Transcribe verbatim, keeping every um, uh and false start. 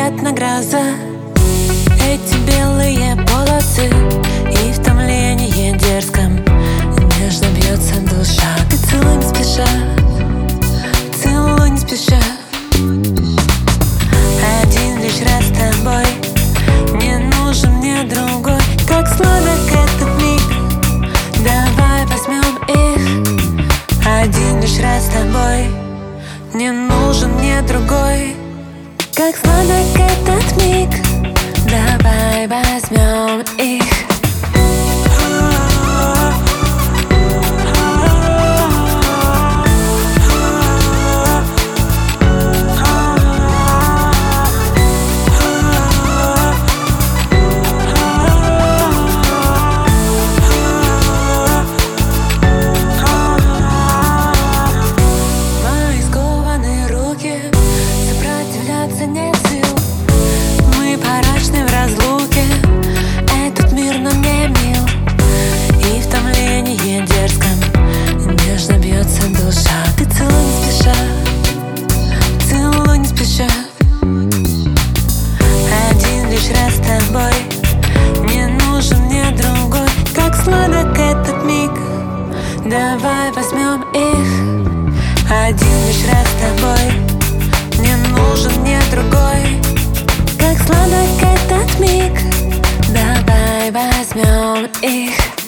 вероятно, гроза. Эти белые полосы и в томлении дерзком нежно бьется душа. Ты целуй не спеша, целуй не спеша. Один лишь раз с тобой, не нужен мне другой. Как сладок этот миг, давай возьмем их. Один лишь раз с тобой, не нужен мне другой. Как сладок этот миг, давай возьмем их. Нет сил, мы порочны в разлуке. Этот мир нам не мил, и в томлении дерзком нежно бьется душа. Ты целуй не спеша, целуй не спеша. Один лишь раз с тобой, не нужен мне другой. Как сладок этот миг, давай возьмем их. Один лишь раз с тобой, не нужен мне другой. Как сладок этот миг, давай возьмем их.